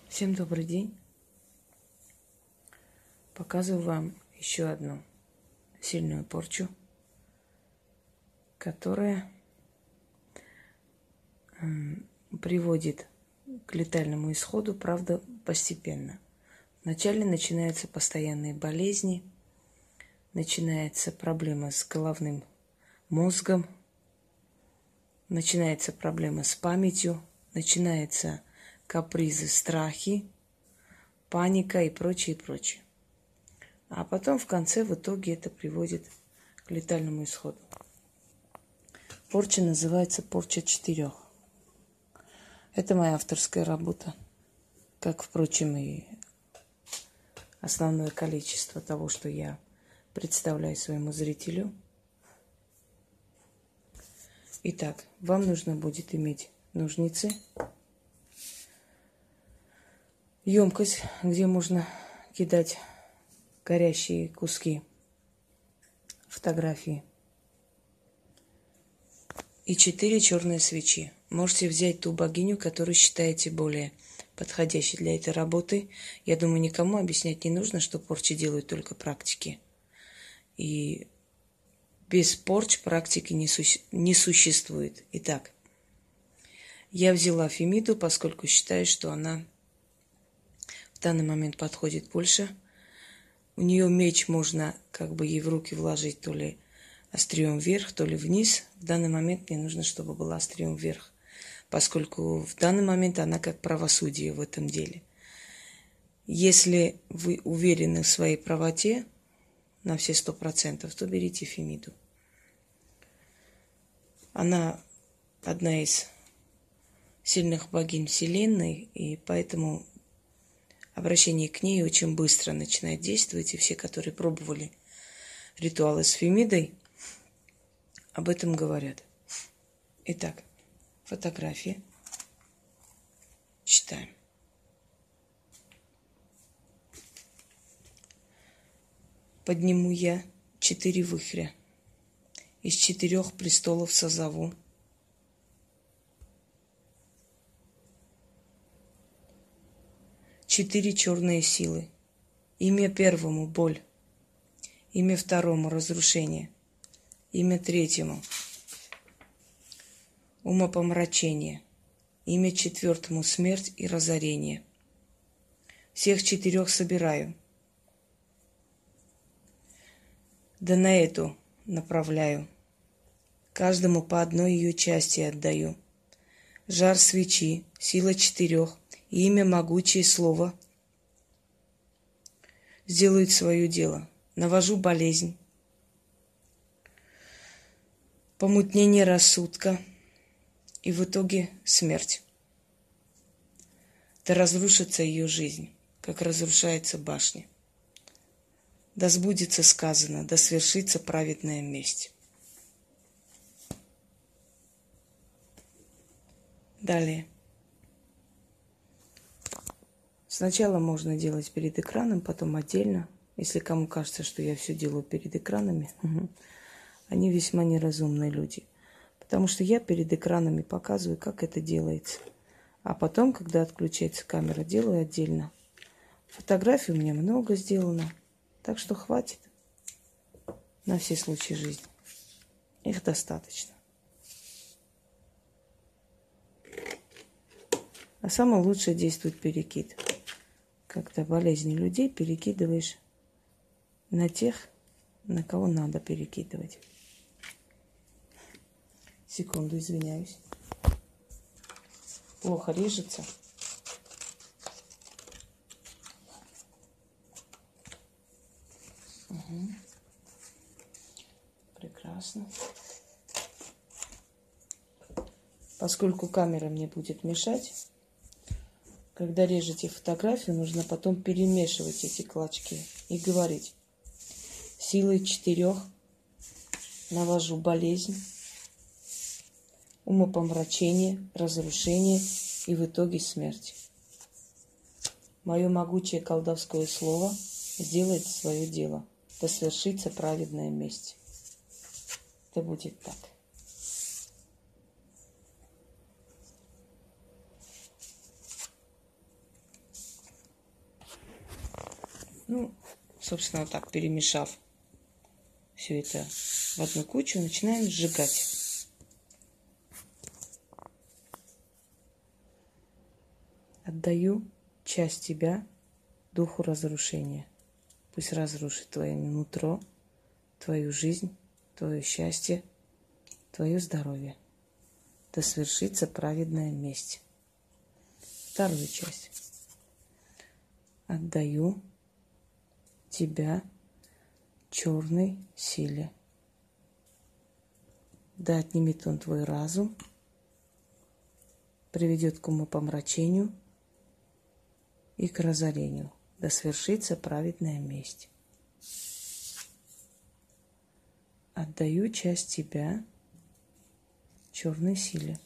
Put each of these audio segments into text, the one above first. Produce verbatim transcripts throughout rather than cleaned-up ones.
Всем добрый день. Показываю вам еще одну сильную порчу, которая м, приводит к летальному исходу, правда, постепенно. Вначале начинаются постоянные болезни, начинается проблема с головным мозгом, начинается проблема с памятью, начинаются капризы, страхи, паника и прочее, и прочее. А потом в конце, в итоге, это приводит к летальному исходу. Порча называется порча четырех. Это моя авторская работа, как, впрочем, и основное количество того, что я представляю своему зрителю. Итак, вам нужно будет иметь ножницы, емкость, где можно кидать горящие куски фотографии, и четыре черные свечи. Можете взять ту богиню, которую считаете более подходящей для этой работы. Я думаю, никому объяснять не нужно, что порчи делают только практики. И без порч практики не, су- не существует. Итак, я взяла Фемиду, поскольку считаю, что она в данный момент подходит больше. У нее меч можно как бы ей в руки вложить то ли острием вверх, то ли вниз. В данный момент мне нужно, чтобы была острием вверх, поскольку в данный момент она как правосудие в этом деле. Если вы уверены в своей правоте на все сто процентов, то берите Фемиду. Она одна из сильных богинь Вселенной, и поэтому обращение к ней очень быстро начинает действовать, и все, которые пробовали ритуалы с Фемидой, об этом говорят. Итак, фотография. Читаем. Подниму я четыре вихря, из четырех престолов созову. Четыре черные силы. Имя первому – боль. Имя второму – разрушение. Имя третьему – умопомрачение. Имя четвертому – смерть и разорение. Всех четырех собираю. Да на эту направляю. Каждому по одной ее части отдаю. Жар свечи, сила четырех и имя могучее слово сделают свое дело. Навожу болезнь, помутнение рассудка и в итоге смерть. Да разрушится ее жизнь, как разрушается башня. Да сбудется сказано, да свершится праведная месть. Далее. Сначала можно делать перед экраном, потом отдельно. Если кому кажется, что я все делаю перед экранами, они весьма неразумные люди. Потому что я перед экранами показываю, как это делается. А потом, когда отключается камера, делаю отдельно. Фотографий у меня много сделано, так что хватит на все случаи жизни. Их достаточно. А самое лучшее действует перекид. Когда болезни людей перекидываешь на тех, на кого надо перекидывать. Секунду, извиняюсь. Плохо режется. Угу. Прекрасно. Поскольку камера мне будет мешать, когда режете фотографию, нужно потом перемешивать эти клочки и говорить: силой четырех навожу болезнь, умопомрачение, разрушение и в итоге смерть. Мое могучее колдовское слово сделает свое дело, да свершится праведная месть. Да будет так. Ну, собственно, вот так перемешав все это в одну кучу, начинаем сжигать. Отдаю часть тебя духу разрушения. Пусть разрушит твое нутро, твою жизнь, твое счастье, твое здоровье. Да свершится праведная месть. Вторую часть. Отдаю тебя черной силе. Да отнимет он твой разум, приведет к умопомрачению и к разорению. Да свершится праведная месть. Отдаю часть тебя черной силе.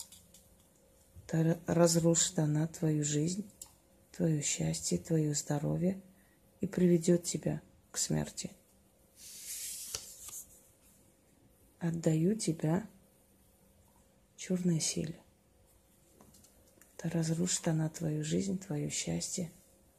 Да разрушит она твою жизнь, твое счастье, твое здоровье и приведет тебя к смерти. Отдаю тебя черной силе. Да разрушит она твою жизнь, твое счастье,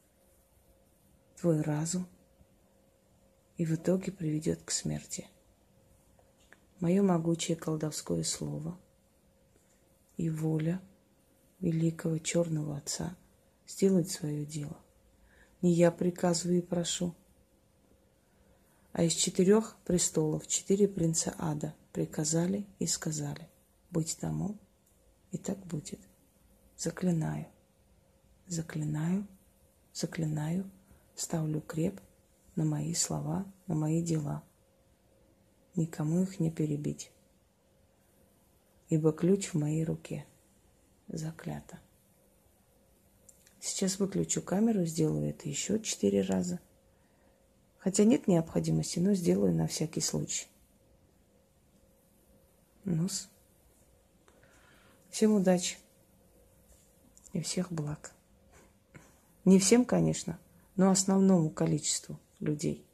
твой разум и в итоге приведет к смерти. Мое могучее колдовское слово и воля великого черного отца сделает свое дело. Не я приказываю и прошу, а из четырех престолов четыре принца ада приказали и сказали: быть тому, и так будет. Заклинаю, заклинаю, заклинаю, ставлю креп на мои слова, на мои дела. Никому их не перебить, ибо ключ в моей руке. Заклято. Сейчас выключу камеру, сделаю это еще четыре раза. Хотя нет необходимости, но сделаю на всякий случай. Ну-с. Всем удачи и всех благ. Не всем, конечно, но основному количеству людей.